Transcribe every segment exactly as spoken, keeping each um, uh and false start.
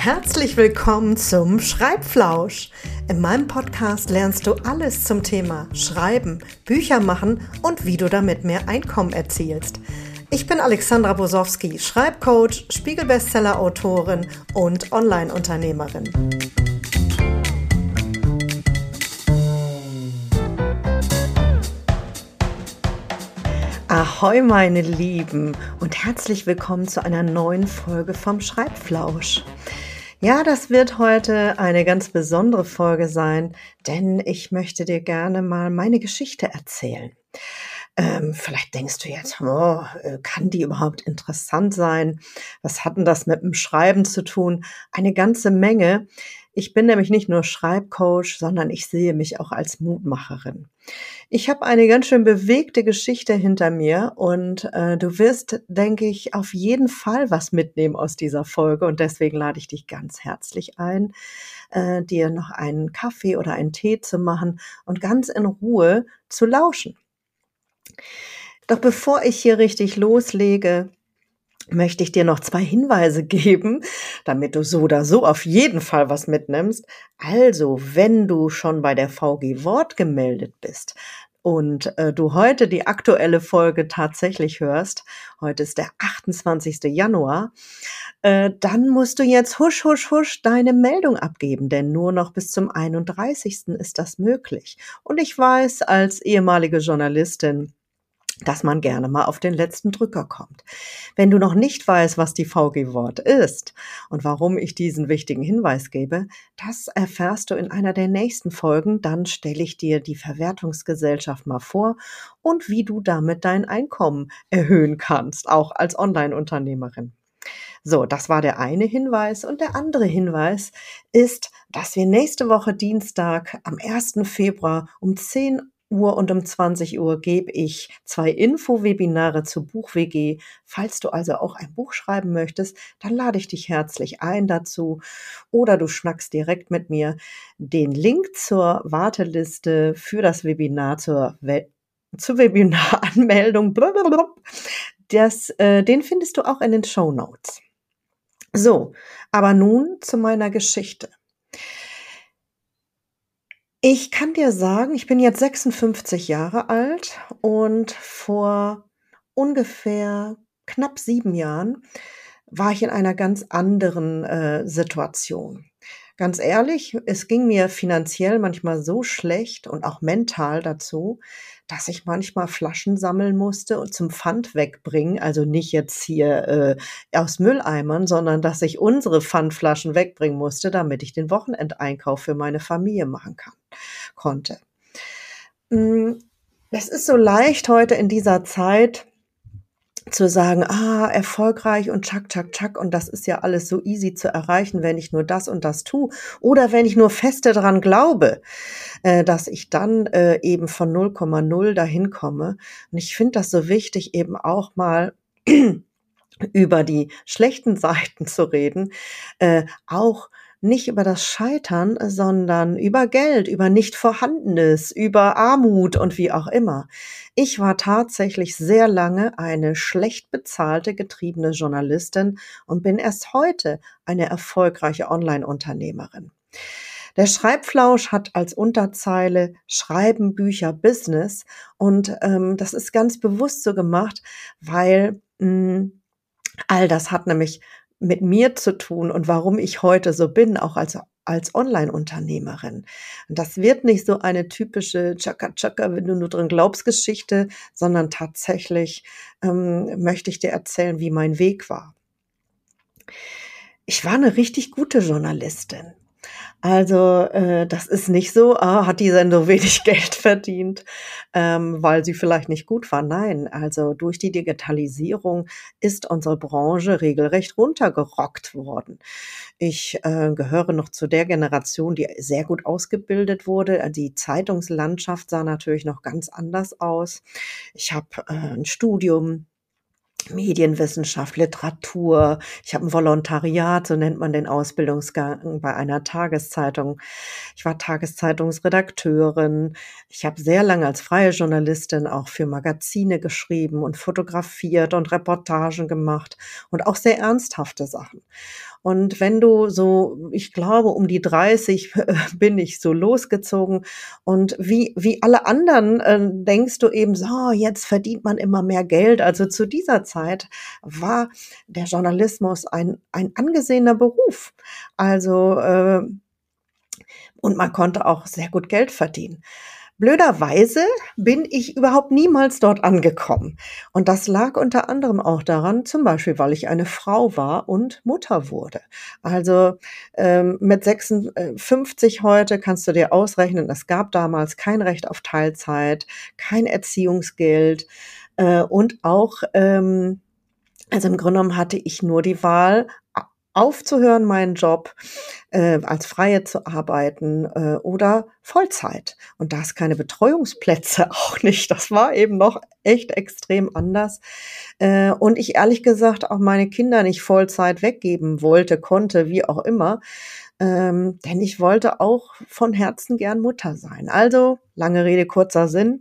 Herzlich willkommen zum Schreibflausch. In meinem Podcast lernst du alles zum Thema Schreiben, Bücher machen und wie du damit mehr Einkommen erzielst. Ich bin Alexandra Bosowski, Schreibcoach, Spiegel-Bestseller-Autorin und Online-Unternehmerin. Ahoi meine Lieben und herzlich willkommen zu einer neuen Folge vom Schreibflausch. Ja, das wird heute eine ganz besondere Folge sein, denn ich möchte dir gerne mal meine Geschichte erzählen. Ähm, vielleicht denkst du jetzt, oh, kann die überhaupt interessant sein? Was hat denn das mit dem Schreiben zu tun? Eine ganze Menge. Ich bin nämlich nicht nur Schreibcoach, sondern ich sehe mich auch als Mutmacherin. Ich habe eine ganz schön bewegte Geschichte hinter mir und äh, du wirst, denke ich, auf jeden Fall was mitnehmen aus dieser Folge und deswegen lade ich dich ganz herzlich ein, äh, dir noch einen Kaffee oder einen Tee zu machen und ganz in Ruhe zu lauschen. Doch bevor ich hier richtig loslege, möchte ich dir noch zwei Hinweise geben, damit du so oder so auf jeden Fall was mitnimmst. Also, wenn du schon bei der V G Wort gemeldet bist und äh, du heute die aktuelle Folge tatsächlich hörst, heute ist der achtundzwanzigster Januar, äh, dann musst du jetzt husch, husch, husch deine Meldung abgeben, denn nur noch bis zum einunddreißigsten ist das möglich. Und ich weiß als ehemalige Journalistin, dass man gerne mal auf den letzten Drücker kommt. Wenn du noch nicht weißt, was die V G Wort ist und warum ich diesen wichtigen Hinweis gebe, das erfährst du in einer der nächsten Folgen. Dann stelle ich dir die Verwertungsgesellschaft mal vor und wie du damit dein Einkommen erhöhen kannst, auch als Online-Unternehmerin. So, das war der eine Hinweis. Und der andere Hinweis ist, dass wir nächste Woche Dienstag am ersten Februar um zehn Uhr und um zwanzig Uhr gebe ich zwei Info-Webinare zu Buch-W G. Falls du also auch ein Buch schreiben möchtest, dann lade ich dich herzlich ein dazu. Oder du schnackst direkt mit mir. Den Link zur Warteliste für das Webinar, zur, We- zur Webinaranmeldung, blablabla, das, äh, den findest du auch in den Shownotes. So, aber nun zu meiner Geschichte. Ich kann dir sagen, ich bin jetzt sechsundfünfzig Jahre alt und vor ungefähr knapp sieben Jahren war ich in einer ganz anderen äh, Situation. Ganz ehrlich, es ging mir finanziell manchmal so schlecht und auch mental dazu, dass ich manchmal Flaschen sammeln musste und zum Pfand wegbringen. Also nicht jetzt hier äh, aus Mülleimern, sondern dass ich unsere Pfandflaschen wegbringen musste, damit ich den Wochenendeinkauf für meine Familie machen kann, konnte. Es ist so leicht heute in dieser Zeit zu sagen, ah, erfolgreich und tschak, tschak, tschak und das ist ja alles so easy zu erreichen, wenn ich nur das und das tue oder wenn ich nur feste daran glaube, äh, dass ich dann äh, eben von null Komma null dahin komme. Und ich finde das so wichtig, eben auch mal über die schlechten Seiten zu reden, äh, auch nicht über das Scheitern, sondern über Geld, über Nicht-Vorhandenes, über Armut und wie auch immer. Ich war tatsächlich sehr lange eine schlecht bezahlte, getriebene Journalistin und bin erst heute eine erfolgreiche Online-Unternehmerin. Der Schreibflausch hat als Unterzeile Schreiben, Bücher, Business und ähm, das ist ganz bewusst so gemacht, weil mh, all das hat nämlich mit mir zu tun und warum ich heute so bin, auch als als Online-Unternehmerin. Und das wird nicht so eine typische Chaka-Chaka, wenn du nur drin glaubst, Geschichte, sondern tatsächlich ähm, möchte ich dir erzählen, wie mein Weg war. Ich war eine richtig gute Journalistin. Also äh, das ist nicht so, ah, hat die Sendung wenig Geld verdient, ähm, weil sie vielleicht nicht gut war. Nein, also durch die Digitalisierung ist unsere Branche regelrecht runtergerockt worden. Ich äh, gehöre noch zu der Generation, die sehr gut ausgebildet wurde. Die Zeitungslandschaft sah natürlich noch ganz anders aus. Ich habe äh, ein Studium Medienwissenschaft, Literatur. Ich habe ein Volontariat, so nennt man den Ausbildungsgang bei einer Tageszeitung. Ich war Tageszeitungsredakteurin. Ich habe sehr lange als freie Journalistin auch für Magazine geschrieben und fotografiert und Reportagen gemacht und auch sehr ernsthafte Sachen. Und wenn du so, ich glaube, um die dreißig bin ich so losgezogen und wie, wie alle anderen äh, denkst du eben so, jetzt verdient man immer mehr Geld. Also zu dieser Zeit war der Journalismus ein, ein angesehener Beruf. Also, äh, und man konnte auch sehr gut Geld verdienen. Blöderweise bin ich überhaupt niemals dort angekommen. Und das lag unter anderem auch daran, zum Beispiel, weil ich eine Frau war und Mutter wurde. Also ähm, mit sechsundfünfzig heute kannst du dir ausrechnen, es gab damals kein Recht auf Teilzeit, kein Erziehungsgeld äh, und auch, ähm, also im Grunde genommen hatte ich nur die Wahl, a- aufzuhören, meinen Job äh, als Freie zu arbeiten äh, oder Vollzeit. Und da es keine Betreuungsplätze auch nicht. Das war eben noch echt extrem anders. Äh, und ich ehrlich gesagt auch meine Kinder nicht Vollzeit weggeben wollte, konnte, wie auch immer. Ähm, denn ich wollte auch von Herzen gern Mutter sein. Also, lange Rede, kurzer Sinn.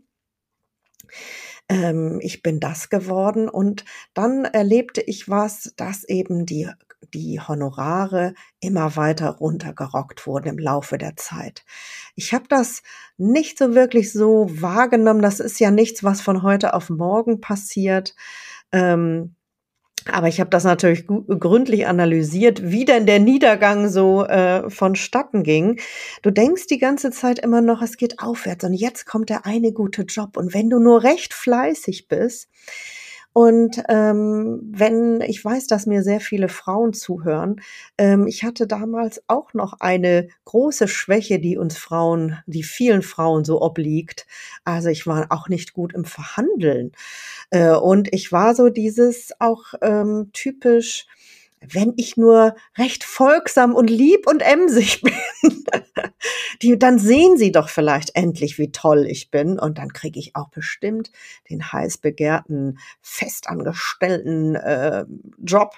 Ähm, ich bin das geworden und dann erlebte ich was, dass eben die die Honorare immer weiter runtergerockt wurden im Laufe der Zeit. Ich habe das nicht so wirklich so wahrgenommen. Das ist ja nichts, was von heute auf morgen passiert. Ähm, aber ich habe das natürlich gu gründlich analysiert, wie denn der Niedergang so, äh, vonstatten ging. Du denkst die ganze Zeit immer noch, es geht aufwärts und jetzt kommt der eine gute Job. Und wenn du nur recht fleißig bist und, ähm, wenn ich weiß, dass mir sehr viele Frauen zuhören. Ähm, ich hatte damals auch noch eine große Schwäche, die uns Frauen die vielen Frauen so obliegt. Also, ich war auch nicht gut im Verhandeln. Äh, und ich war so dieses auch ähm, typisch, wenn ich nur recht folgsam und lieb und emsig bin, die, dann sehen sie doch vielleicht endlich, wie toll ich bin. Und dann kriege ich auch bestimmt den heiß begehrten, festangestellten äh, Job.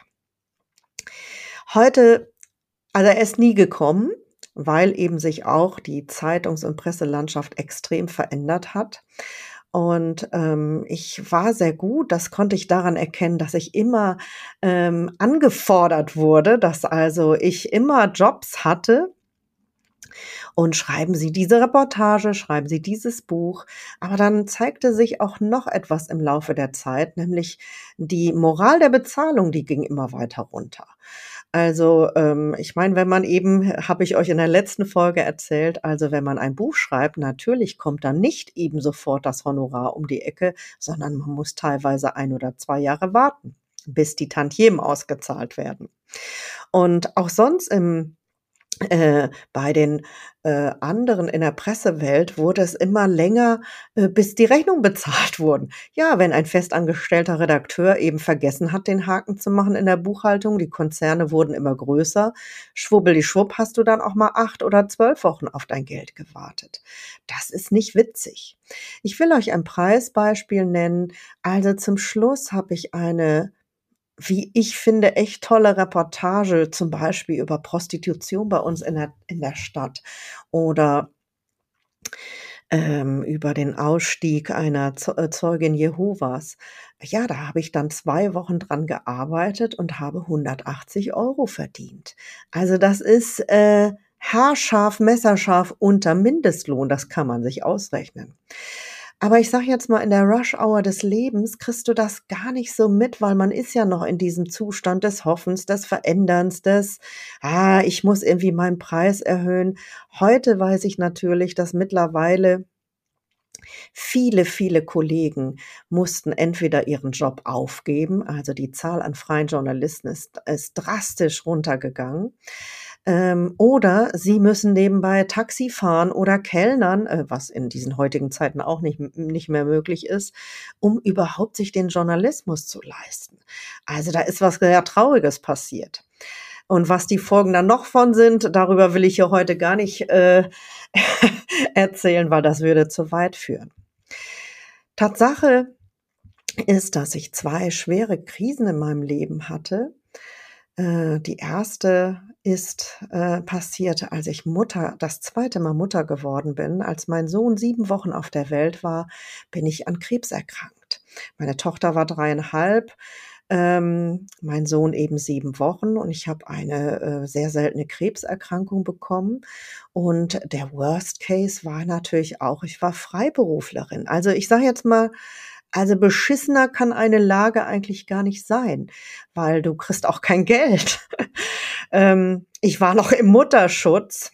Heute, also er ist nie gekommen, weil eben sich auch die Zeitungs- und Presselandschaft extrem verändert hat. Und ähm, ich war sehr gut, das konnte ich daran erkennen, dass ich immer ähm, angefordert wurde, dass also ich immer Jobs hatte. Und schreiben Sie diese Reportage, schreiben Sie dieses Buch. Aber dann zeigte sich auch noch etwas im Laufe der Zeit, nämlich die Moral der Bezahlung, die ging immer weiter runter. Also, ähm, ich meine, wenn man eben, habe ich euch in der letzten Folge erzählt, also wenn man ein Buch schreibt, natürlich kommt dann nicht eben sofort das Honorar um die Ecke, sondern man muss teilweise ein oder zwei Jahre warten, bis die Tantiemen ausgezahlt werden. Und auch sonst im äh, bei den, äh, anderen in der Pressewelt wurde es immer länger, äh, bis die Rechnungen bezahlt wurden. Ja, wenn ein festangestellter Redakteur eben vergessen hat, den Haken zu machen in der Buchhaltung, die Konzerne wurden immer größer, schwubbelischwupp hast du dann auch mal acht oder zwölf Wochen auf dein Geld gewartet. Das ist nicht witzig. Ich will euch ein Preisbeispiel nennen. Also, zum Schluss habe ich eine, wie ich finde, echt tolle Reportage, zum Beispiel über Prostitution bei uns in der in der Stadt oder, ähm, über den Ausstieg einer Zeu äh, Zeugin Jehovas. Ja, da habe ich dann zwei Wochen dran gearbeitet und habe hundertachtzig Euro verdient. Also, das ist, äh, haarscharf, messerscharf unter Mindestlohn, das kann man sich ausrechnen. Aber ich sage jetzt mal, in der Rush-Hour des Lebens kriegst du das gar nicht so mit, weil man ist ja noch in diesem Zustand des Hoffens, des Veränderns, des, ah, ich muss irgendwie meinen Preis erhöhen. Heute weiß ich natürlich, dass mittlerweile viele, viele Kollegen mussten entweder ihren Job aufgeben, also die Zahl an freien Journalisten ist, ist drastisch runtergegangen, ähm, oder sie müssen nebenbei Taxi fahren oder kellnern, äh, was in diesen heutigen Zeiten auch nicht, nicht mehr möglich ist, um überhaupt sich den Journalismus zu leisten. Also da ist was sehr Trauriges passiert. Und was die Folgen dann noch von sind, darüber will ich hier heute gar nicht äh, erzählen, weil das würde zu weit führen. Tatsache ist, dass ich zwei schwere Krisen in meinem Leben hatte. Äh, die erste ist äh, passiert, als ich Mutter, das zweite Mal Mutter geworden bin. Als mein Sohn sieben Wochen auf der Welt war, bin ich an Krebs erkrankt. Meine Tochter war dreieinhalb. Ähm, mein Sohn eben sieben Wochen und ich habe eine, äh, sehr seltene Krebserkrankung bekommen. Und der Worst Case war natürlich auch, ich war Freiberuflerin. Also, ich sage jetzt mal, also, beschissener kann eine Lage eigentlich gar nicht sein, weil du kriegst auch kein Geld. Ähm, ich war noch im Mutterschutz.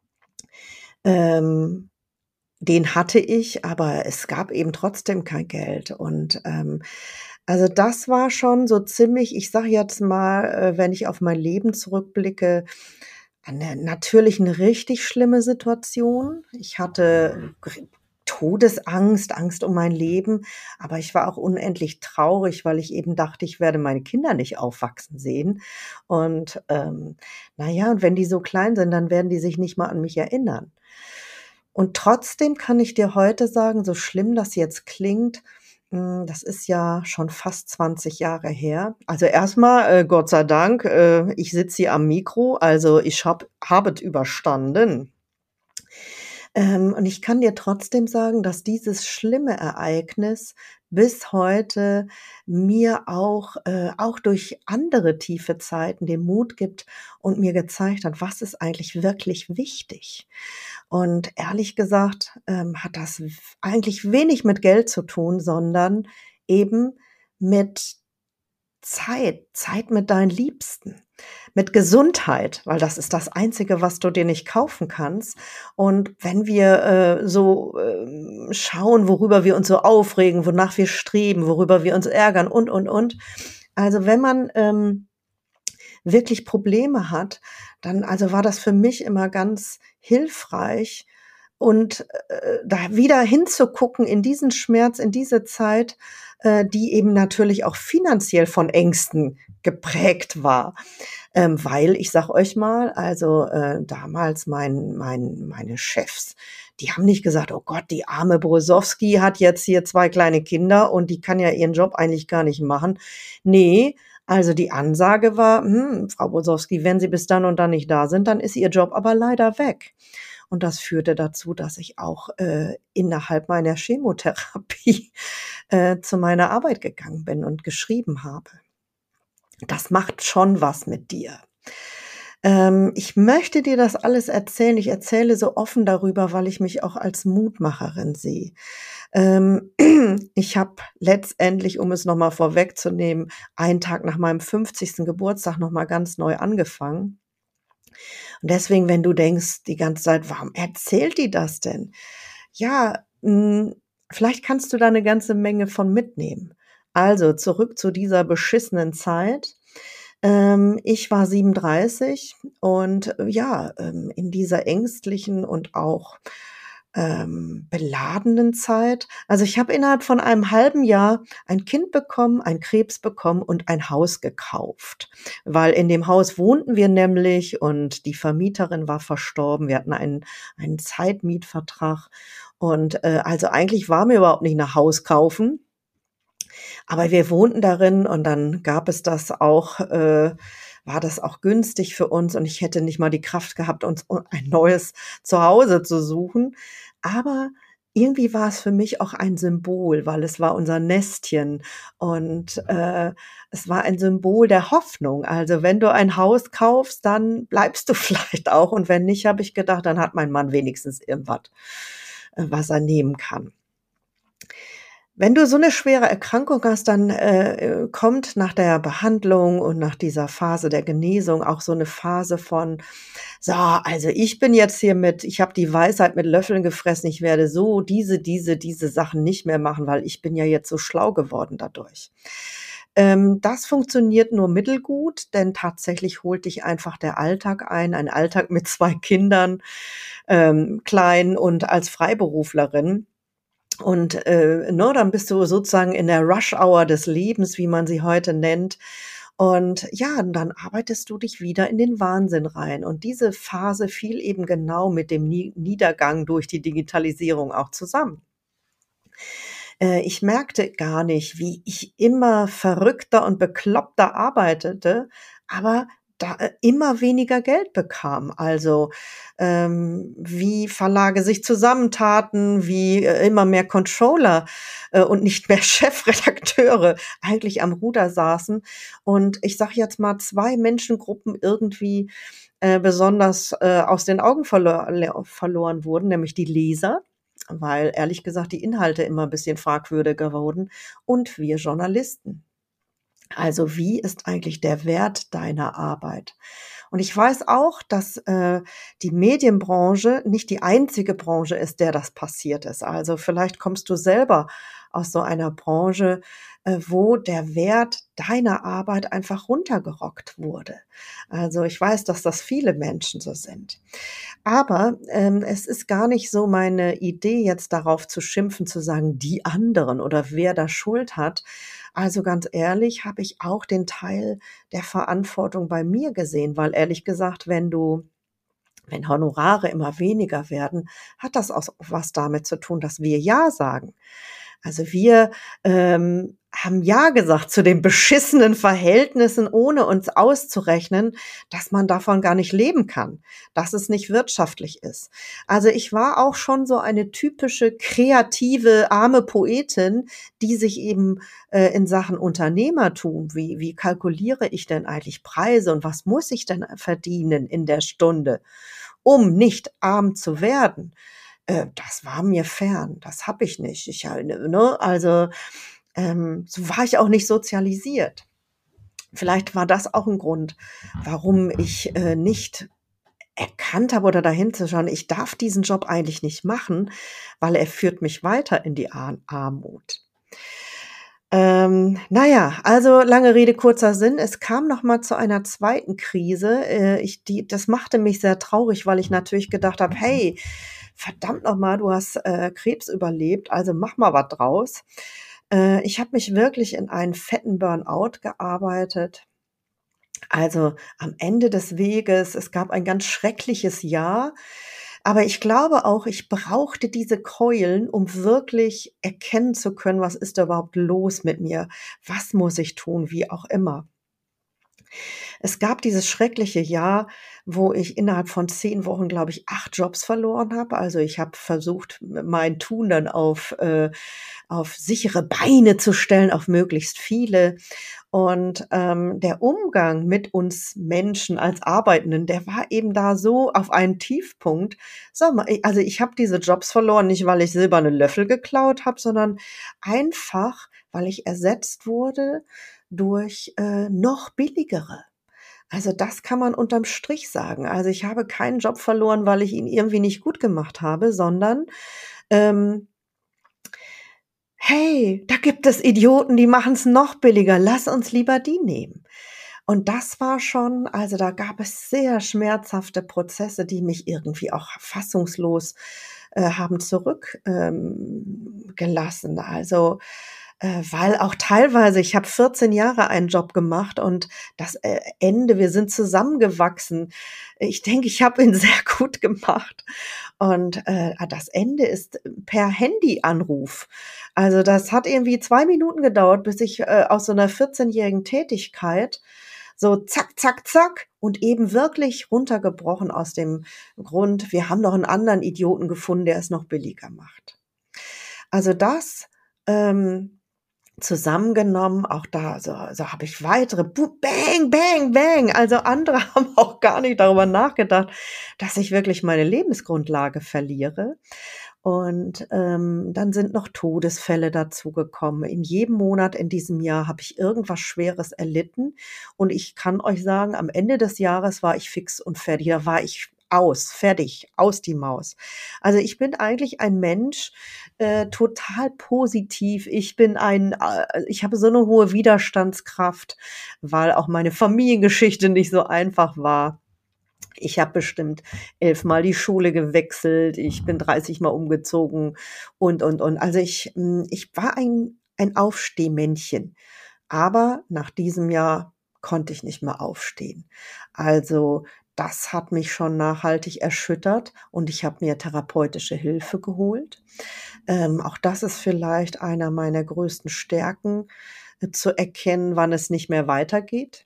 Ähm, den hatte ich, aber es gab eben trotzdem kein Geld. Und, ähm, also, das war schon so ziemlich, ich sage jetzt mal, äh, wenn ich auf mein Leben zurückblicke, eine natürlich 'ne richtig schlimme Situation. Ich hatte gr Todesangst, Angst um mein Leben, aber ich war auch unendlich traurig, weil ich eben dachte, ich werde meine Kinder nicht aufwachsen sehen. Und, ähm, na ja, und wenn die so klein sind, dann werden die sich nicht mal an mich erinnern. Und trotzdem kann ich dir heute sagen, so schlimm das jetzt klingt, hm, das ist ja schon fast zwanzig Jahre her. Also, erst mal, äh, Gott sei Dank, äh, ich sitze hier am Mikro, also, ich habe habe es überstanden. Ähm, und ich kann dir trotzdem sagen, dass dieses schlimme Ereignis bis heute mir auch äh, auch durch andere tiefe Zeiten den Mut gibt und mir gezeigt hat, was ist eigentlich wirklich wichtig. Und ehrlich gesagt, ähm, hat das w eigentlich wenig mit Geld zu tun, sondern eben mit Zeit, Zeit mit deinen Liebsten, mit Gesundheit, weil das ist das Einzige, was du dir nicht kaufen kannst. Und wenn wir, äh, so, ähm, schauen, worüber wir uns so aufregen, wonach wir streben, worüber wir uns ärgern und, und, und. Also, wenn man, ähm, wirklich Probleme hat, dann also, war das für mich immer ganz hilfreich und, äh, da wieder hinzugucken in diesen Schmerz, in diese Zeit, äh, die eben natürlich auch finanziell von Ängsten geprägt war. Ähm, weil ich sage euch mal, also, äh, damals mein mein meine Chefs, die haben nicht gesagt: „Oh Gott, die arme Brosowski hat jetzt hier zwei kleine Kinder und die kann ja ihren Job eigentlich gar nicht machen.“ Ne, also, die Ansage war: „Hm, Frau Brosowski, wenn Sie bis dann und dann nicht da sind, dann ist Ihr Job aber leider weg.“ Und das führte dazu, dass ich auch, äh, innerhalb meiner Chemotherapie, äh, zu meiner Arbeit gegangen bin und geschrieben habe. Das macht schon was mit dir. Ähm, ich möchte dir das alles erzählen. Ich erzähle so offen darüber, weil ich mich auch als Mutmacherin sehe. Ähm, ich habe letztendlich, um es noch mal vorwegzunehmen, einen Tag nach meinem fünfzigsten Geburtstag noch mal ganz neu angefangen. Und deswegen, wenn du denkst die ganze Zeit: „Warum erzählt die das denn?“ Ja, hm, vielleicht kannst du da 'ne ganze Menge von mitnehmen. Also, zurück zu dieser beschissenen Zeit. Ähm, ich war siebenunddreißig und, äh, ja, ähm, in dieser ängstlichen und auch, ähm, beladenen Zeit also, ich habe innerhalb von einem halben Jahr ein Kind bekommen, einen Krebs bekommen und ein Haus gekauft. Weil in dem Haus wohnten wir nämlich und die Vermieterin war verstorben. Wir hatten einen einen Zeitmietvertrag und, äh, also, eigentlich waren wir überhaupt nicht nach Haus kaufen. Aber wir wohnten darin und dann gab es das auch äh, war das auch günstig für uns und ich hätte nicht mal die Kraft gehabt, uns u ein neues Zuhause zu suchen. Aber irgendwie war es für mich auch ein Symbol, weil es war unser Nestchen und, äh, es war ein Symbol der Hoffnung. Also, wenn du ein Haus kaufst, dann bleibst du vielleicht auch und wenn nicht, habe ich gedacht, dann hat mein Mann wenigstens irgendwas, äh, was er nehmen kann. Wenn du so 'ne schwere Erkrankung hast, dann, äh, äh, kommt nach der Behandlung und nach dieser Phase der Genesung auch so 'ne Phase von: „So, also ich bin jetzt hier mit ich habe die Weisheit mit Löffeln gefressen. Ich werde so diese, diese, diese Sachen nicht mehr machen, weil ich bin ja jetzt so schlau geworden dadurch.“ Ähm, das funktioniert nur mittelgut, denn tatsächlich holt dich einfach der Alltag ein, ein Alltag mit zwei Kindern, ähm, klein und als Freiberuflerin. Und, äh, ne, dann bist du sozusagen in der Rush Hour des Lebens, wie man sie heute nennt. Und ja, und dann arbeitest du dich wieder in den Wahnsinn rein. Und diese Phase fiel eben genau mit dem Nie Niedergang durch die Digitalisierung auch zusammen. Äh, ich merkte gar nicht, wie ich immer verrückter und bekloppter arbeitete, aber da äh, immer weniger Geld bekam. Also ähm, wie Verlage sich zusammentaten, wie äh, immer mehr Controller äh, und nicht mehr Chefredakteure eigentlich am Ruder saßen. Und ich sage jetzt mal, zwei Menschengruppen irgendwie äh, besonders äh, aus den Augen verlo le- verloren wurden, nämlich die Leser, weil ehrlich gesagt die Inhalte immer ein bisschen fragwürdiger wurden, und wir Journalisten. Also wie ist eigentlich der Wert deiner Arbeit? Und ich weiß auch, dass äh, die Medienbranche nicht die einzige Branche ist, der das passiert ist. Also vielleicht kommst du selber aus so einer Branche, äh, wo der Wert deiner Arbeit einfach runtergerockt wurde. Also ich weiß, dass das viele Menschen so sind. Aber ähm, es ist gar nicht so meine Idee, jetzt darauf zu schimpfen, zu sagen, die anderen oder wer da Schuld hat. Also ganz ehrlich, habe ich auch den Teil der Verantwortung bei mir gesehen, weil ehrlich gesagt, wenn du wenn Honorare immer weniger werden, hat das auch was damit zu tun, dass wir ja sagen. Also wir ähm, haben ja gesagt zu den beschissenen Verhältnissen, ohne uns auszurechnen, dass man davon gar nicht leben kann, dass es nicht wirtschaftlich ist. Also ich war auch schon so eine typische kreative, arme Poetin, die sich eben äh, in Sachen Unternehmertum, wie, wie kalkuliere ich denn eigentlich Preise und was muss ich denn verdienen in der Stunde, um nicht arm zu werden, äh, das war mir fern. Das habe ich nicht. Ich halt, ne, also ähm, so war ich auch nicht sozialisiert. Vielleicht war das auch ein Grund, warum ich äh, nicht erkannt habe oder dahin zu schauen, ich darf diesen Job eigentlich nicht machen, weil er führt mich weiter in die Ar Armut. Ähm, na ja, also lange Rede, kurzer Sinn. Es kam noch mal zu einer zweiten Krise. Äh, ich die das machte mich sehr traurig, weil ich natürlich gedacht habe: „Hey, verdammt noch mal, du hast, äh, Krebs überlebt, also mach mal was draus.“ Äh, ich habe mich wirklich in einen fetten Burnout gearbeitet. Also, am Ende des Weges, es gab ein ganz schreckliches Jahr, aber ich glaube auch, ich brauchte diese Keulen, um wirklich erkennen zu können, was ist da überhaupt los mit mir? Was muss ich tun? Wie auch immer. Es gab dieses schreckliche Jahr, wo ich innerhalb von zehn Wochen, glaube ich, acht Jobs verloren habe. Also, ich habe versucht, mein Tun dann auf äh, auf sichere Beine zu stellen, auf möglichst viele. Und, ähm, der Umgang mit uns Menschen als Arbeitenden, der war eben da so auf einen Tiefpunkt. So, ma also, ich habe diese Jobs verloren, nicht weil ich silberne Löffel geklaut habe, sondern einfach, weil ich ersetzt wurde durch, äh, noch billigere. Also, das kann man unterm Strich sagen. Also, ich habe keinen Job verloren, weil ich ihn irgendwie nicht gut gemacht habe, sondern, ähm: „Hey, da gibt es Idioten, die machen's noch billiger. Lass uns lieber die nehmen.“ Und das war schon, also, da gab es sehr schmerzhafte Prozesse, die mich irgendwie auch fassungslos, äh, haben zurück ähm, gelassen. Also, äh, weil auch teilweise ich habe vierzehn Jahre einen Job gemacht und das, äh, Ende, wir sind zusammengewachsen. Ich denke, ich habe ihn sehr gut gemacht und, äh, das Ende ist per Handyanruf. Also, das hat irgendwie zwei Minuten gedauert, bis ich, äh, aus so 'ner vierzehnjährigen Tätigkeit so zack, zack, zack und eben wirklich runtergebrochen aus dem Grund: „Wir haben noch 'n anderen Idioten gefunden, der es noch billiger macht.“ Also, das, ähm, zusammengenommen, auch da so so habe ich weitere bu bang, bang, bang. Also, andere haben auch gar nicht darüber nachgedacht, dass ich wirklich meine Lebensgrundlage verliere. Und, ähm, dann sind noch Todesfälle dazugekommen. In jedem Monat in diesem Jahr habe ich irgendwas Schweres erlitten und ich kann euch sagen, am Ende des Jahres war ich fix und fertig. Da war ich aus, fertig, aus die Maus. Also, ich bin eigentlich ein Mensch, äh, total positiv. Ich bin ein äh, ich habe so 'ne hohe Widerstandskraft, weil auch meine Familiengeschichte nicht so einfach war. Ich habe bestimmt elfmal die Schule gewechselt, ich bin dreißig Mal umgezogen und, und, und. Also, ich hm, ich war ein ein Aufstehmännchen, aber nach diesem Jahr konnte ich nicht mehr aufstehen. Also, das hat mich schon nachhaltig erschüttert und ich habe mir therapeutische Hilfe geholt. Ähm, auch das ist vielleicht einer meiner größten Stärken, äh, zu erkennen, wann es nicht mehr weitergeht.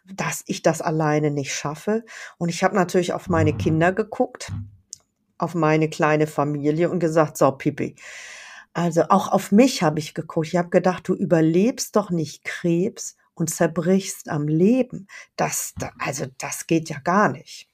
dass ich das alleine nicht schaffe. Und ich habe natürlich auf meine Kinder geguckt, auf meine kleine Familie und gesagt, so Pipi, also auch auf mich habe ich geguckt. Ich habe gedacht, du überlebst doch nicht Krebs und zerbrichst am Leben. Das, da- also das geht ja gar nicht.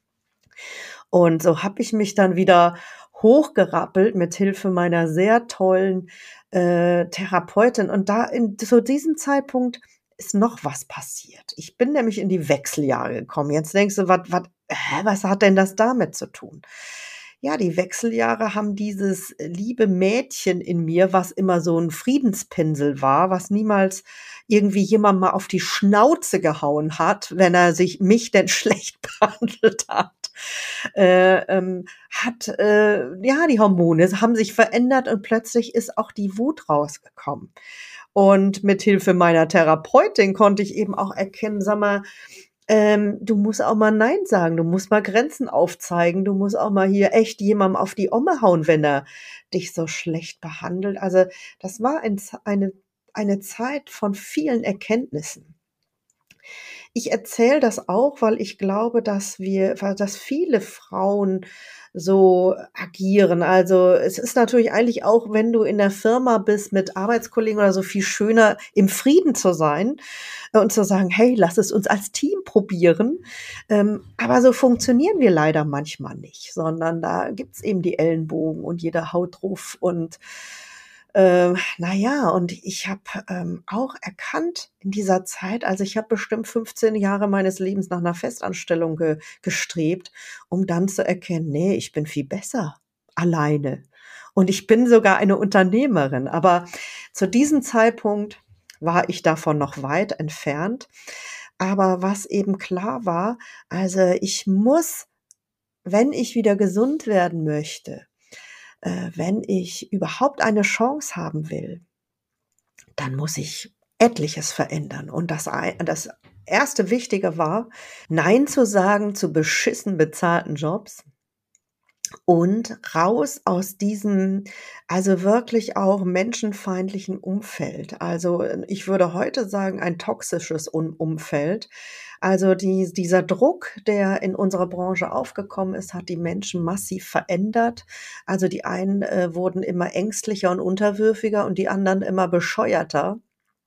Und so habe ich mich dann wieder hochgerappelt mit Hilfe meiner sehr tollen äh, Therapeutin. Und da in, zu diesem Zeitpunkt ist noch was passiert. Ich bin nämlich in die Wechseljahre gekommen. Jetzt denkst du, was, was, hä, was hat denn das damit zu tun? Ja, die Wechseljahre haben dieses liebe Mädchen in mir, was immer so ein Friedenspinsel war, was niemals irgendwie jemand mal auf die Schnauze gehauen hat, wenn er sich mich denn schlecht behandelt hat. Äh, ähm, hat, äh, ja, die Hormone haben sich verändert und plötzlich ist auch die Wut rausgekommen. Und mit Hilfe meiner Therapeutin konnte ich eben auch erkennen, sag mal, ähm, du musst auch mal nein sagen, du musst mal Grenzen aufzeigen, du musst auch mal hier echt jemandem auf die Omme hauen, wenn er dich so schlecht behandelt. Also das war ein, eine, eine Zeit von vielen Erkenntnissen. Ich erzähle das auch, weil ich glaube, dass wir weil dass viele Frauen so agieren. Also, es ist natürlich eigentlich auch, wenn du in der Firma bist mit Arbeitskollegen oder so, viel schöner, im Frieden zu sein, äh, und zu sagen: „Hey, lass es uns als Team probieren.“ Ähm, aber so funktionieren wir leider manchmal nicht, sondern da gibt's eben die Ellenbogen und jeder haut drauf und ähm, na ja, und ich habe, ähm, auch erkannt in dieser Zeit, also ich habe bestimmt fünfzehn Jahre meines Lebens nach einer Festanstellung ge gestrebt, um dann zu erkennen: „Ne, ich bin viel besser alleine und ich bin sogar eine Unternehmerin.“ Aber zu diesem Zeitpunkt war ich davon noch weit entfernt. Aber was eben klar war, also ich muss, wenn ich wieder gesund werden möchte, äh, wenn ich überhaupt eine Chance haben will, dann muss ich etliches verändern. Und das ei das erste Wichtige war, nein zu sagen zu beschissen bezahlten Jobs und raus aus diesem, also wirklich auch menschenfeindlichen Umfeld. Also, äh, ich würde heute sagen, ein toxisches Un Umfeld. Also, die dieser Druck, der in unserer Branche aufgekommen ist, hat die Menschen massiv verändert. Also, die einen, äh, wurden immer ängstlicher und unterwürfiger und die anderen immer bescheuerter.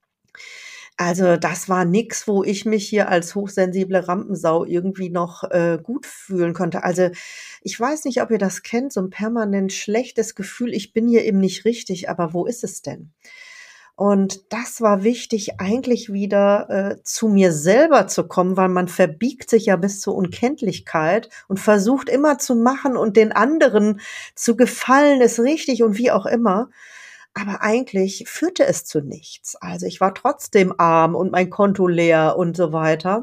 Also, das war nix, wo ich mich hier als hochsensible Rampensau irgendwie noch, äh, gut fühlen konnte. Also, ich weiß nicht, ob ihr das kennt, so 'n permanent schlechtes Gefühl: „Ich bin hier eben nicht richtig, aber wo ist es denn?“ Und das war wichtig, eigentlich wieder, äh, zu mir selber zu kommen, weil man verbiegt sich ja bis zur Unkenntlichkeit und versucht immer zu machen und den anderen zu gefallen, ist richtig und wie auch immer. Aber eigentlich führte es zu nichts. Also, ich war trotzdem arm und mein Konto leer und so weiter.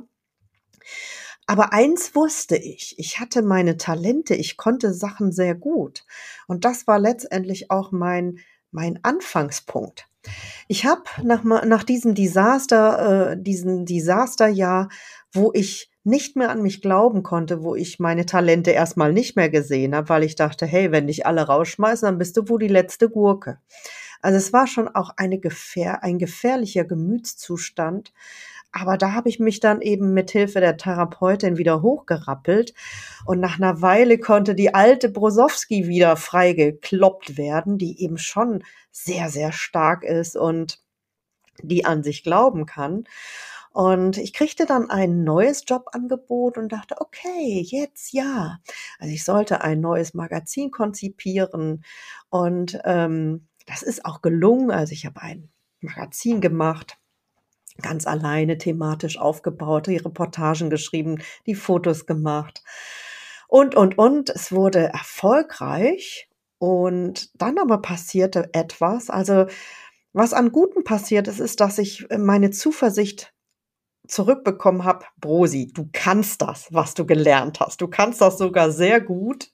Aber eins wusste ich: Ich hatte meine Talente, ich konnte Sachen sehr gut. Und das war letztendlich auch mein mein Anfangspunkt. Ich habe nach ma nach diesem Desaster äh, diesem Desasterjahr, wo ich nicht mehr an mich glauben konnte, wo ich meine Talente erst mal nicht mehr gesehen habe, weil ich dachte: „Hey, wenn dich alle rausschmeißen, dann bist du wohl die letzte Gurke.“ Also, es war schon auch eine gefähr ein gefährlicher Gemütszustand, aber da habe ich mich dann eben mit Hilfe der Therapeutin wieder hochgerappelt und nach 'ner Weile konnte die alte Brosowski wieder freigekloppt werden, die eben schon sehr, sehr stark ist und die an sich glauben kann. Und ich kriegte dann ein neues Jobangebot und dachte: „Okay, jetzt ja.“ Also, ich sollte ein neues Magazin konzipieren und, ähm, das ist auch gelungen. Also, ich habe ein Magazin gemacht, ganz alleine thematisch aufgebaut, die Reportagen geschrieben, die Fotos gemacht und, und, und. Es wurde erfolgreich und dann aber passierte etwas. Also, was an Gutem passiert ist, ist, dass ich, äh, meine Zuversicht zurückbekommen habe: „Brosi, du kannst das, was du gelernt hast. Du kannst das sogar sehr gut.“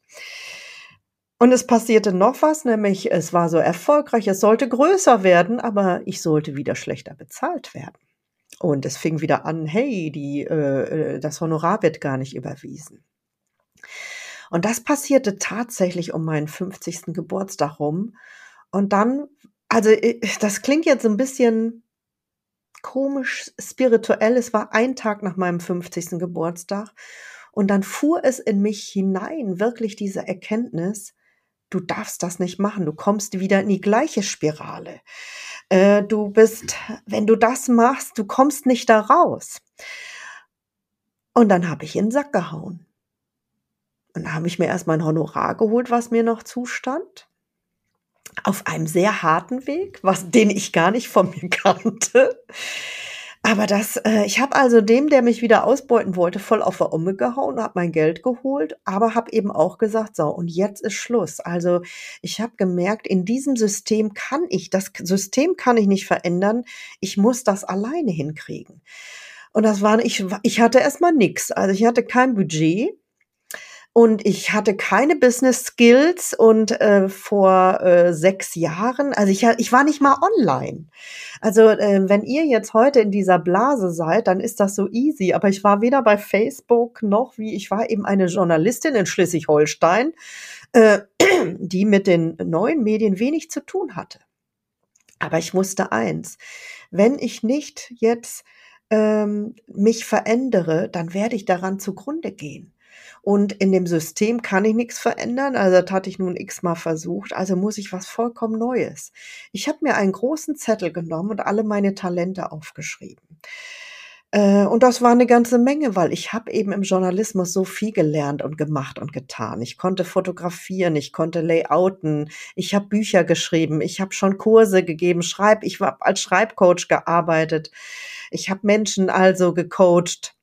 Und es passierte noch was, nämlich es war so erfolgreich, es sollte größer werden, aber ich sollte wieder schlechter bezahlt werden. Und es fing wieder an: „Hey, die äh, äh, das Honorar wird gar nicht überwiesen.“ Und das passierte tatsächlich um meinen fünfzigsten Geburtstag rum. Und dann, also, äh, das klingt jetzt so 'n bisschen komisch spirituell. Es war ein Tag nach meinem fünfzigsten Geburtstag. Und dann fuhr es in mich hinein, wirklich diese Erkenntnis, du darfst das nicht machen. Du kommst wieder in die gleiche Spirale. Äh, du bist, wenn du das machst, du kommst nicht da raus. Und dann habe ich in den Sack gehauen. Und da habe ich mir erstmal ein Honorar geholt, was mir noch zustand. Auf einem sehr harten Weg, was, den ich gar nicht von mir kannte. Aber das, äh, ich habe also dem, der mich wieder ausbeuten wollte, voll auf die Omme gehauen, habe mein Geld geholt, aber habe eben auch gesagt, so, und jetzt ist Schluss. Also ich habe gemerkt, in diesem System kann ich, das System kann ich nicht verändern, ich muss das alleine hinkriegen. Und das war, ich, ich hatte erstmal nix. Also ich hatte kein Budget. Und ich hatte keine Business Skills und äh, vor äh, sechs Jahren, also ich, ich war nicht mal online. Also äh, wenn ihr jetzt heute in dieser Blase seid, dann ist das so easy. Aber ich war weder bei Facebook noch wie, ich war eben eine Journalistin in Schleswig-Holstein, äh, die mit den neuen Medien wenig zu tun hatte. Aber ich wusste eins, wenn ich nicht jetzt ähm, mich verändere, dann werde ich daran zugrunde gehen. Und in dem System kann ich nichts verändern. Also das hatte ich nun x-mal versucht. Also muss ich was vollkommen Neues. Ich habe mir einen großen Zettel genommen und alle meine Talente aufgeschrieben. Äh, und das war eine ganze Menge, weil ich habe eben im Journalismus so viel gelernt und gemacht und getan. Ich konnte fotografieren, ich konnte layouten, ich habe Bücher geschrieben, ich habe schon Kurse gegeben, schreib, ich habe als Schreibcoach gearbeitet. Ich habe Menschen also gecoacht.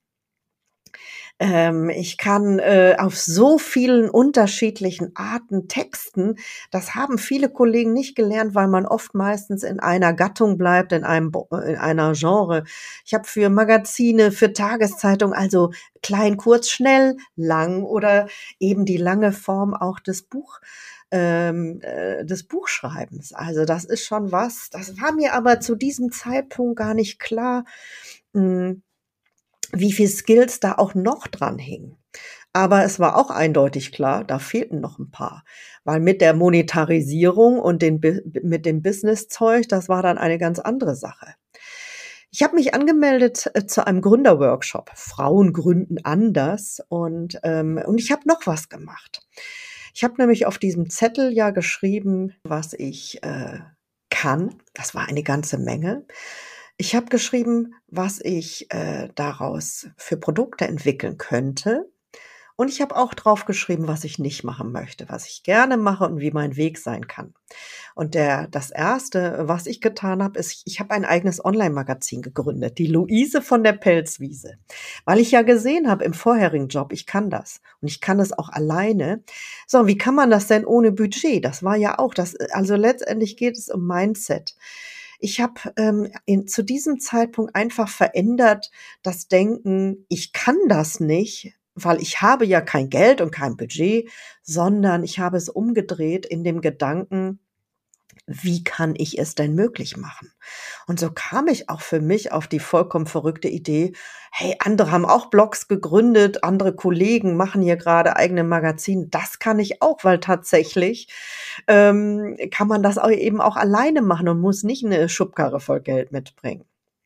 Ähm, ich kann äh, auf so vielen unterschiedlichen Arten texten. Das haben viele Kollegen nicht gelernt, weil man oft meistens in einer Gattung bleibt, in einem in einer Genre. Ich habe für Magazine, für Tageszeitungen, also klein, kurz, schnell, lang oder eben die lange Form auch des Buch ähm, äh, des Buchschreibens. Also das ist schon was. Das war mir aber zu diesem Zeitpunkt gar nicht klar. Mh, wie viel Skills da auch noch dran hingen. Aber es war auch eindeutig klar, da fehlten noch ein paar. Weil mit der Monetarisierung und den, mit dem Business-Zeug, das war dann eine ganz andere Sache. Ich habe mich angemeldet äh, zu einem Gründerworkshop. Frauen gründen anders. Und, ähm, und ich habe noch was gemacht. Ich habe nämlich auf diesem Zettel ja geschrieben, was ich äh, kann. Das war eine ganze Menge. Ich habe geschrieben, was ich äh, daraus für Produkte entwickeln könnte. Und ich habe auch drauf geschrieben, was ich nicht machen möchte, was ich gerne mache und wie mein Weg sein kann. Und der, das Erste, was ich getan habe, ist, ich habe ein eigenes Online-Magazin gegründet, die Luise von der Pelzwiese. Weil ich ja gesehen habe im vorherigen Job, ich kann das. Und ich kann es auch alleine. So, wie kann man das denn ohne Budget? Das war ja auch das. Also letztendlich geht es um Mindset. Ich habe ähm, in, zu diesem Zeitpunkt einfach verändert das Denken, ich kann das nicht, weil ich habe ja kein Geld und kein Budget, sondern ich habe es umgedreht in dem Gedanken, wie kann ich es denn möglich machen? Und so kam ich auch für mich auf die vollkommen verrückte Idee, hey, andere haben auch Blogs gegründet, andere Kollegen machen hier gerade eigene Magazine, das kann ich auch, weil tatsächlich ähm, kann man das auch eben auch alleine machen und muss nicht eine Schubkarre voll Geld mitbringen.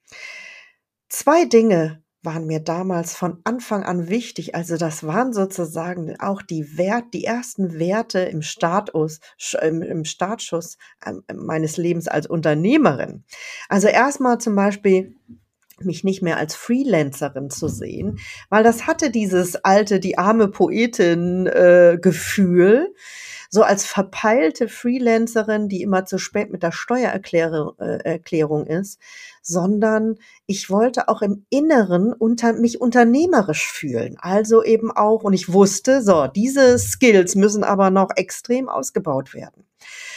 Zwei Dinge waren mir damals von Anfang an wichtig. Also das waren sozusagen auch die Wert, die ersten Werte im Status, im, im Startschuss äh, meines Lebens als Unternehmerin. Also erstmal zum Beispiel mich nicht mehr als Freelancerin zu sehen, weil das hatte dieses alte, die arme Poetin äh, Gefühl, so als verpeilte Freelancerin, die immer zu spät mit der Steuererklärung äh, Erklärung ist, sondern ich wollte auch im Inneren unter, mich unternehmerisch fühlen. Also eben auch, und ich wusste, so, diese Skills müssen aber noch extrem ausgebaut werden.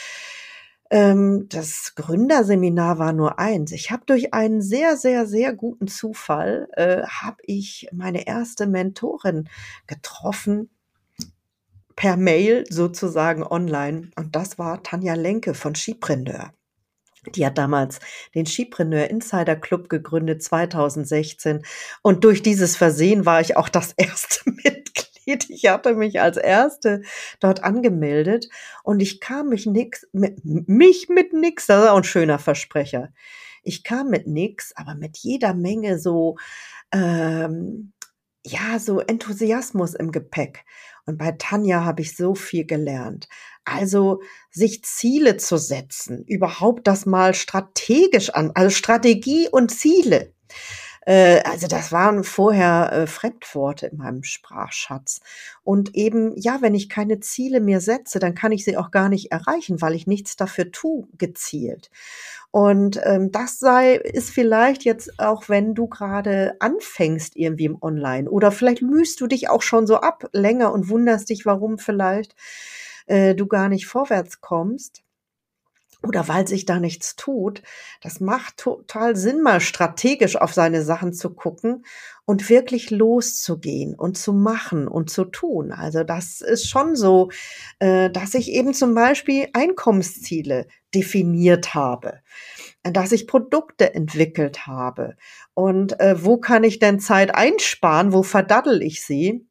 Ähm, das Gründerseminar war nur eins. Ich habe durch einen sehr, sehr, sehr guten Zufall, äh, habe ich meine erste Mentorin getroffen, per Mail sozusagen online. Und das war Tanja Lenke von Skipreneur. Die hat damals den Skipreneur Insider Club gegründet, zweitausendsechzehn. Und durch dieses Versehen war ich auch das erste Mitglied. Ich hatte mich als Erste dort angemeldet und ich kam mich nix, mit, mich mit nix, das ist auch ein schöner Versprecher. Ich kam mit nix, aber mit jeder Menge so, ähm, ja, so Enthusiasmus im Gepäck. Und bei Tanja habe ich so viel gelernt. Also sich Ziele zu setzen, überhaupt das mal strategisch an, also Strategie und Ziele. Äh, also das waren vorher äh, Fremdworte in meinem Sprachschatz. Und eben, ja, wenn ich keine Ziele mir setze, dann kann ich sie auch gar nicht erreichen, weil ich nichts dafür tue, gezielt. Und ähm, das sei, ist vielleicht jetzt auch, wenn du gerade anfängst irgendwie im Online oder vielleicht mühst du dich auch schon so ab länger und wunderst dich, warum vielleicht äh, du gar nicht vorwärts kommst oder weil sich da nichts tut. Das macht total Sinn, mal strategisch auf seine Sachen zu gucken und wirklich loszugehen und zu machen und zu tun. Also das ist schon so, äh, dass ich eben zum Beispiel Einkommensziele definiert habe, dass ich Produkte entwickelt habe. Und äh, wo kann ich denn Zeit einsparen? Wo verdaddel ich sie?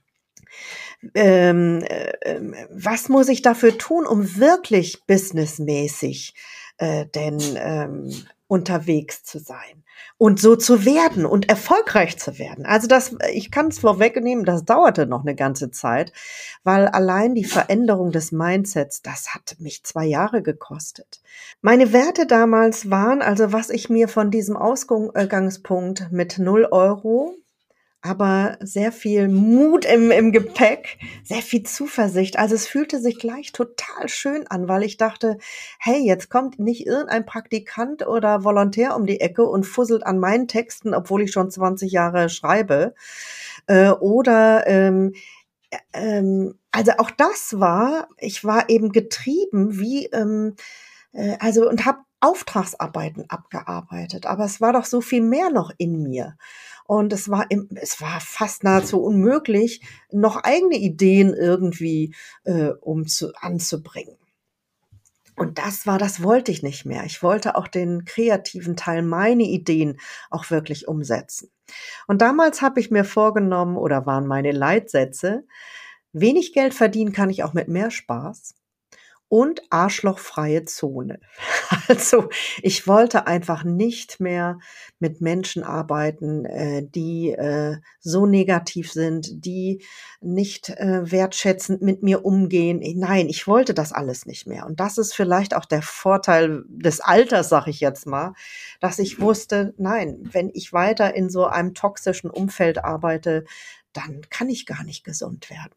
Ähm, äh, ähm, was muss ich dafür tun, um wirklich businessmäßig äh, denn ähm, unterwegs zu sein und so zu werden und erfolgreich zu werden? Also das, ich kann es vorwegnehmen, das dauerte noch eine ganze Zeit, weil allein die Veränderung des Mindsets, das hat mich zwei Jahre gekostet. Meine Werte damals waren, also was ich mir von diesem Ausgangspunkt mit null Euro, aber sehr viel Mut im, im Gepäck, sehr viel Zuversicht. Also es fühlte sich gleich total schön an, weil ich dachte, hey, jetzt kommt nicht irgendein Praktikant oder Volontär um die Ecke und fusselt an meinen Texten, obwohl ich schon zwanzig Jahre schreibe. Äh, oder ähm, ähm, also auch das war, ich war eben getrieben, wie ähm, äh, also und habe Auftragsarbeiten abgearbeitet, aber es war doch so viel mehr noch in mir. Und es war im, es war fast nahezu unmöglich, noch eigene Ideen irgendwie äh, um zu, anzubringen. Und das war, das wollte ich nicht mehr. Ich wollte auch den kreativen Teil, meine Ideen auch wirklich umsetzen. Und damals habe ich mir vorgenommen, oder waren meine Leitsätze: Wenig Geld verdienen kann ich auch mit mehr Spaß und arschlochfreie Zone. Also ich wollte einfach nicht mehr mit Menschen arbeiten, äh, die äh, so negativ sind, die nicht äh, wertschätzend mit mir umgehen. Nein, ich wollte das alles nicht mehr. Und das ist vielleicht auch der Vorteil des Alters, sag ich jetzt mal, dass ich wusste, nein, wenn ich weiter in so einem toxischen Umfeld arbeite, dann kann ich gar nicht gesund werden.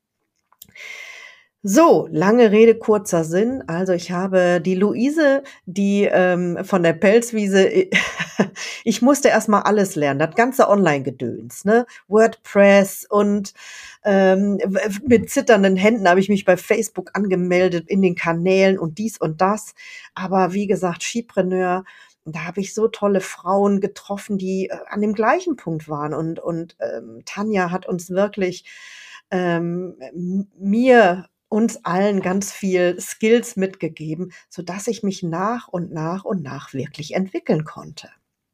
So, lange Rede, kurzer Sinn. Also ich habe die Luise, die ähm, von der Pelzwiese, ich musste erstmal alles lernen, das ganze Online-Gedöns, ne? WordPress und ähm, mit zitternden Händen habe ich mich bei Facebook angemeldet in den Kanälen und dies und das. Aber wie gesagt, Skipreneur, da habe ich so tolle Frauen getroffen, die äh, an dem gleichen Punkt waren. Und, und ähm, Tanja hat uns wirklich ähm, mir uns allen ganz viel Skills mitgegeben, so dass ich mich nach und nach und nach wirklich entwickeln konnte.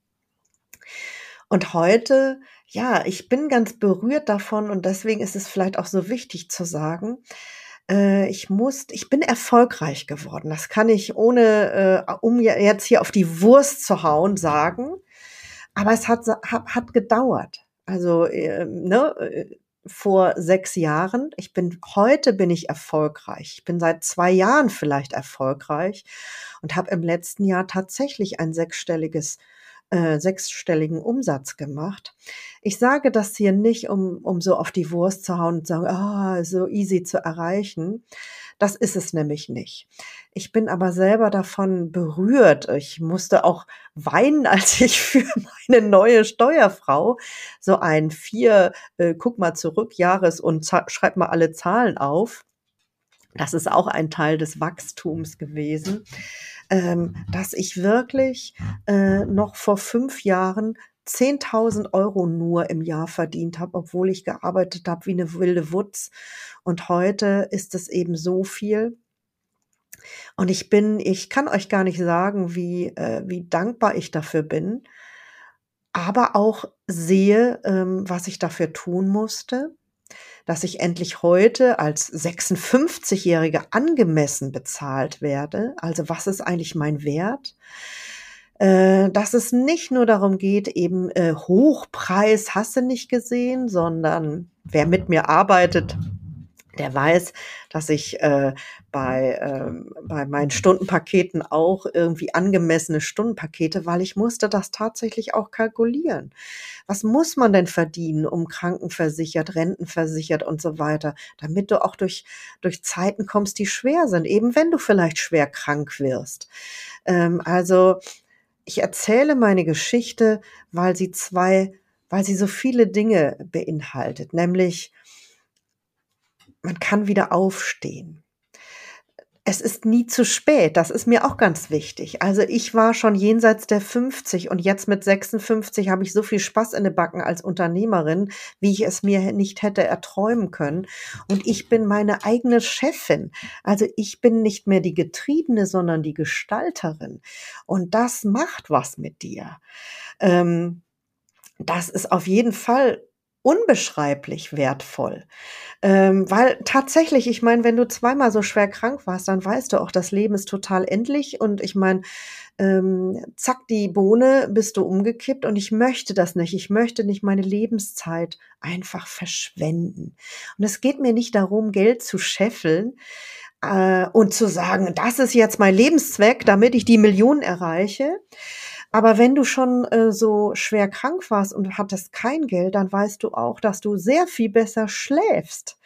Und heute, ja, ich bin ganz berührt davon und deswegen ist es vielleicht auch so wichtig zu sagen, äh, ich muss, ich bin erfolgreich geworden. Das kann ich ohne, äh, um jetzt hier auf die Wurst zu hauen, sagen. Aber es hat, hat, hat gedauert. Also, äh, ne, vor sechs Jahren. Ich bin, heute bin ich erfolgreich. Ich bin seit zwei Jahren vielleicht erfolgreich und habe im letzten Jahr tatsächlich ein sechsstelliges, äh, sechsstelligen Umsatz gemacht. Ich sage das hier nicht, um, um so auf die Wurst zu hauen und zu sagen, ah, so easy zu erreichen. Das ist es nämlich nicht. Ich bin aber selber davon berührt. Ich musste auch weinen, als ich für meine neue Steuerfrau so ein vier, äh, guck mal zurück, Jahres- und schreib mal alle Zahlen auf. Das ist auch ein Teil des Wachstums gewesen, ähm, dass ich wirklich äh, noch vor fünf Jahren zehntausend Euro nur im Jahr verdient habe, obwohl ich gearbeitet habe wie eine wilde Wutz. Und heute ist es eben so viel. Und ich bin, ich kann euch gar nicht sagen, wie, äh, wie dankbar ich dafür bin, aber auch sehe, ähm, was ich dafür tun musste, dass ich endlich heute als sechsundfünfzigjährige angemessen bezahlt werde. Also was ist eigentlich mein Wert? äh, dass es nicht nur darum geht, eben äh, Hochpreis hast du nicht gesehen, sondern wer mit mir arbeitet, der weiß, dass ich äh, bei, ähm, bei meinen Stundenpaketen auch irgendwie angemessene Stundenpakete, weil ich musste das tatsächlich auch kalkulieren. Was muss man denn verdienen, um krankenversichert, rentenversichert und so weiter, damit du auch durch, durch Zeiten kommst, die schwer sind, eben wenn du vielleicht schwer krank wirst. Ähm, also ich erzähle meine Geschichte, weil sie zwei, weil sie so viele Dinge beinhaltet, nämlich man kann wieder aufstehen. Es ist nie zu spät, das ist mir auch ganz wichtig. Also ich war schon jenseits der fünfzig und jetzt mit sechsundfünfzig habe ich so viel Spaß in den Backen als Unternehmerin, wie ich es mir nicht hätte erträumen können. Und ich bin meine eigene Chefin. Also ich bin nicht mehr die Getriebene, sondern die Gestalterin. Und das macht was mit dir. Ähm, das ist auf jeden Fall unbeschreiblich wertvoll. Ähm, weil tatsächlich, ich meine, wenn du zweimal so schwer krank warst, dann weißt du auch, das Leben ist total endlich und ich meine, ähm, zack, die Bohne, bist du umgekippt und ich möchte das nicht. Ich möchte nicht meine Lebenszeit einfach verschwenden. Und es geht mir nicht darum, Geld zu scheffeln, äh, und zu sagen, das ist jetzt mein Lebenszweck, damit ich die Millionen erreiche. Aber wenn du schon äh, so schwer krank warst und hattest kein Geld, dann weißt du auch, dass du sehr viel besser schläfst,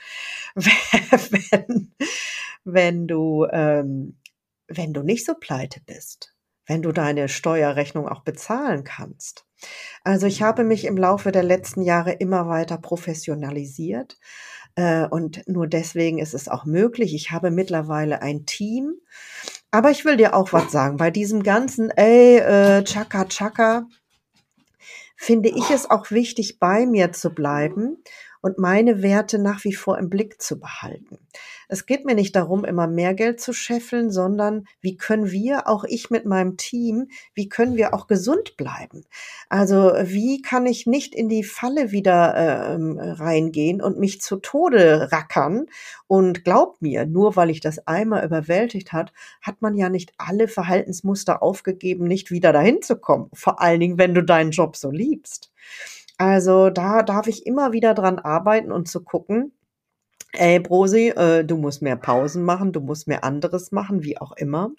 wenn, wenn du, ähm, wenn du nicht so pleite bist, wenn du deine Steuerrechnung auch bezahlen kannst. Also ich habe mich im Laufe der letzten Jahre immer weiter professionalisiert. Äh, und nur deswegen ist es auch möglich. Ich habe mittlerweile ein Team. Aber ich will dir auch was sagen. Bei diesem ganzen, ey, äh, Chaka Chaka, finde ich es auch wichtig, bei mir zu bleiben und meine Werte nach wie vor im Blick zu behalten. Es geht mir nicht darum, immer mehr Geld zu scheffeln, sondern wie können wir, auch ich mit meinem Team, wie können wir auch gesund bleiben? Also wie kann ich nicht in die Falle wieder ähm, reingehen und mich zu Tode rackern? Und glaub mir, nur weil ich das einmal überwältigt hat, hat man ja nicht alle Verhaltensmuster aufgegeben, nicht wieder dahin zu kommen. Vor allen Dingen, wenn du deinen Job so liebst. Also da darf ich immer wieder dran arbeiten und zu gucken, ey Brosi, äh, du musst mehr Pausen machen, du musst mehr anderes machen, wie auch immer.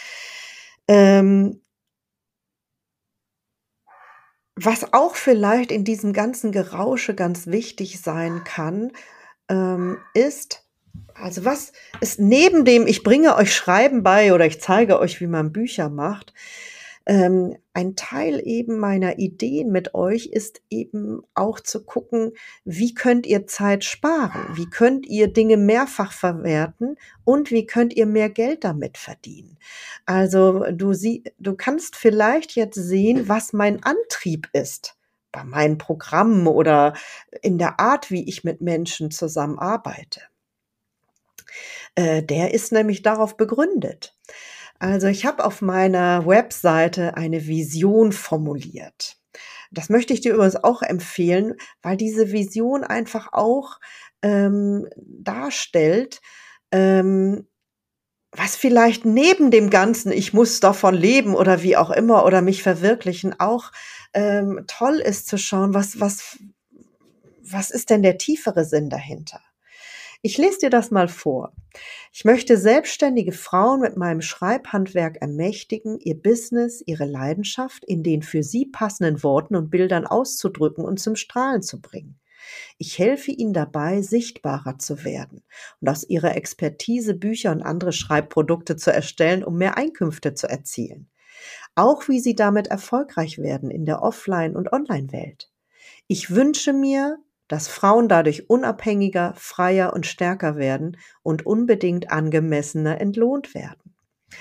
Ähm, was auch vielleicht in diesem ganzen Gerausche ganz wichtig sein kann, ähm, ist, also was ist neben dem, ich bringe euch Schreiben bei oder ich zeige euch, wie man Bücher macht, ähm, ein Teil eben meiner Ideen mit euch ist eben auch zu gucken, wie könnt ihr Zeit sparen? Wie könnt ihr Dinge mehrfach verwerten? Und wie könnt ihr mehr Geld damit verdienen? Also du sie, du kannst vielleicht jetzt sehen, was mein Antrieb ist bei meinen Programmen oder in der Art, wie ich mit Menschen zusammenarbeite. Äh, der ist nämlich darauf begründet. Also ich habe auf meiner Webseite eine Vision formuliert. Das möchte ich dir übrigens auch empfehlen, weil diese Vision einfach auch ähm, darstellt, ähm, was vielleicht neben dem Ganzen, ich muss davon leben oder wie auch immer oder mich verwirklichen, auch ähm, toll ist zu schauen, was, was, was ist denn der tiefere Sinn dahinter? Ich lese dir das mal vor. Ich möchte selbstständige Frauen mit meinem Schreibhandwerk ermächtigen, ihr Business, ihre Leidenschaft in den für sie passenden Worten und Bildern auszudrücken und zum Strahlen zu bringen. Ich helfe ihnen dabei, sichtbarer zu werden und aus ihrer Expertise Bücher und andere Schreibprodukte zu erstellen, um mehr Einkünfte zu erzielen. Auch wie sie damit erfolgreich werden in der Offline- und Online-Welt. Ich wünsche mir, dass Frauen dadurch unabhängiger, freier und stärker werden und unbedingt angemessener entlohnt werden.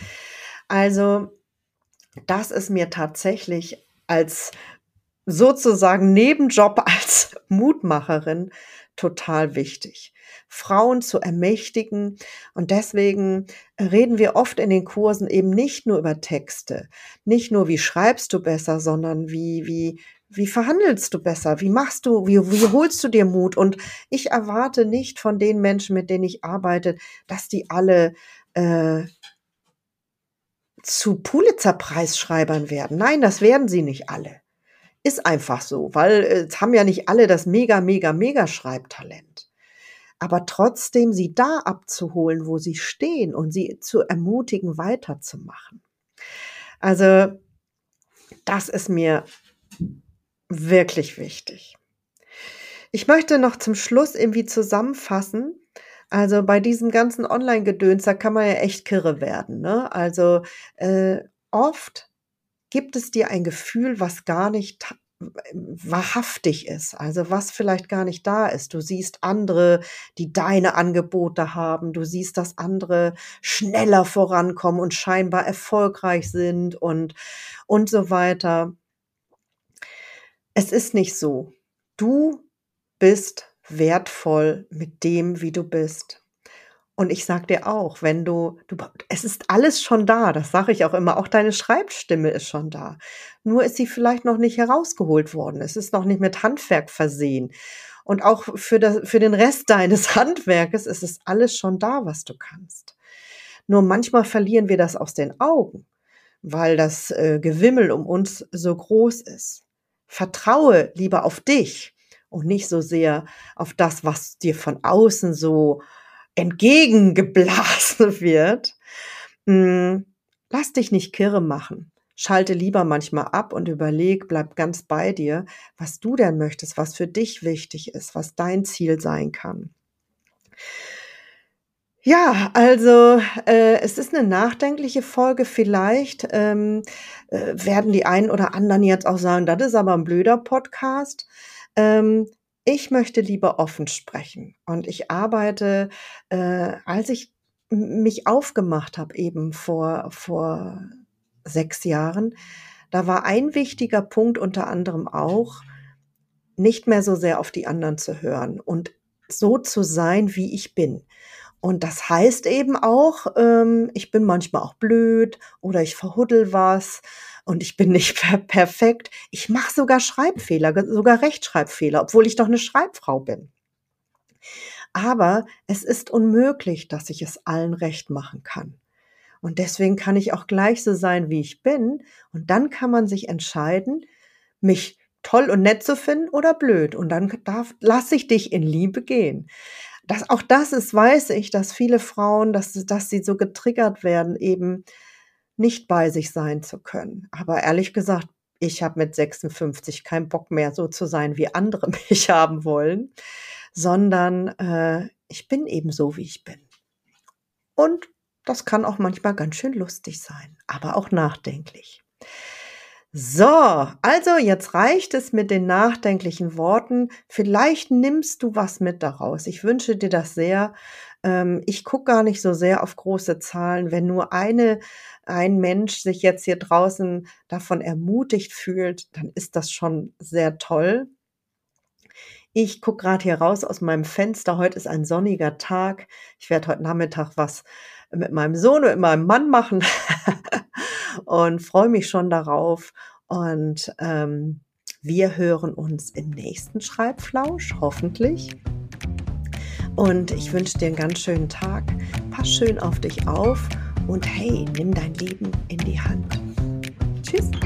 Also, das ist mir tatsächlich als sozusagen Nebenjob als Mutmacherin total wichtig, Frauen zu ermächtigen. Und deswegen reden wir oft in den Kursen eben nicht nur über Texte, nicht nur, wie schreibst du besser, sondern wie, wie, wie verhandelst du besser? Wie machst du, wie, wie holst du dir Mut? Und ich erwarte nicht von den Menschen, mit denen ich arbeite, dass die alle äh, zu Pulitzer-Preisschreibern werden. Nein, das werden sie nicht alle. Ist einfach so, weil äh, es haben ja nicht alle das mega, mega, mega Schreibtalent. Aber trotzdem sie da abzuholen, wo sie stehen und sie zu ermutigen, weiterzumachen. Also das ist mir wirklich wichtig. Ich möchte noch zum Schluss irgendwie zusammenfassen. Also bei diesem ganzen Online-Gedöns, da kann man ja echt kirre werden, ne? Also äh, oft gibt es dir ein Gefühl, was gar nicht wahrhaftig ist, also was vielleicht gar nicht da ist. Du siehst andere, die deine Angebote haben. Du siehst, dass andere schneller vorankommen und scheinbar erfolgreich sind und, und so weiter. Es ist nicht so. Du bist wertvoll mit dem, wie du bist. Und ich sag dir auch, wenn du, du, es ist alles schon da, das sage ich auch immer, auch deine Schreibstimme ist schon da. Nur ist sie vielleicht noch nicht herausgeholt worden. Es ist noch nicht mit Handwerk versehen. Und auch für, das, für den Rest deines Handwerkes ist es alles schon da, was du kannst. Nur manchmal verlieren wir das aus den Augen, weil das äh, Gewimmel um uns so groß ist. Vertraue lieber auf dich und nicht so sehr auf das, was dir von außen so entgegengeblasen wird. Lass dich nicht kirre machen. Schalte lieber manchmal ab und überleg, bleib ganz bei dir, was du denn möchtest, was für dich wichtig ist, was dein Ziel sein kann. Ja, also äh, es ist eine nachdenkliche Folge. Vielleicht ähm, äh, werden die einen oder anderen jetzt auch sagen, das ist aber ein blöder Podcast. Ähm, Ich möchte lieber offen sprechen und ich arbeite, äh, als ich m- mich aufgemacht habe, eben vor, vor sechs Jahren, da war ein wichtiger Punkt unter anderem auch, nicht mehr so sehr auf die anderen zu hören und so zu sein, wie ich bin. Und das heißt eben auch, ähm, ich bin manchmal auch blöd oder ich verhuddel was und ich bin nicht per perfekt. Ich mache sogar Schreibfehler, ge- sogar Rechtschreibfehler, obwohl ich doch eine Schreibfrau bin. Aber es ist unmöglich, dass ich es allen recht machen kann. Und deswegen kann ich auch gleich so sein, wie ich bin. Und dann kann man sich entscheiden, mich toll und nett zu finden oder blöd. Und dann darf, lass ich dich in Liebe gehen. Das, auch das ist, weiß ich, dass viele Frauen, dass, dass sie so getriggert werden, eben nicht bei sich sein zu können. Aber ehrlich gesagt, ich habe mit sechsundfünfzig keinen Bock mehr, so zu sein, wie andere mich haben wollen, sondern äh, ich bin eben so, wie ich bin. Und das kann auch manchmal ganz schön lustig sein, aber auch nachdenklich. So, also jetzt reicht es mit den nachdenklichen Worten. Vielleicht nimmst du was mit daraus. Ich wünsche dir das sehr. Ähm, ich gucke gar nicht so sehr auf große Zahlen. Wenn nur eine, ein Mensch sich jetzt hier draußen davon ermutigt fühlt, dann ist das schon sehr toll. Ich gucke gerade hier raus aus meinem Fenster. Heute ist ein sonniger Tag. Ich werde heute Nachmittag was mit meinem Sohn und mit meinem Mann machen und freue mich schon darauf. Und ähm, wir hören uns im nächsten Schreibflausch, hoffentlich. Und ich wünsche dir einen ganz schönen Tag. Pass schön auf dich auf und hey, nimm dein Leben in die Hand. Tschüss.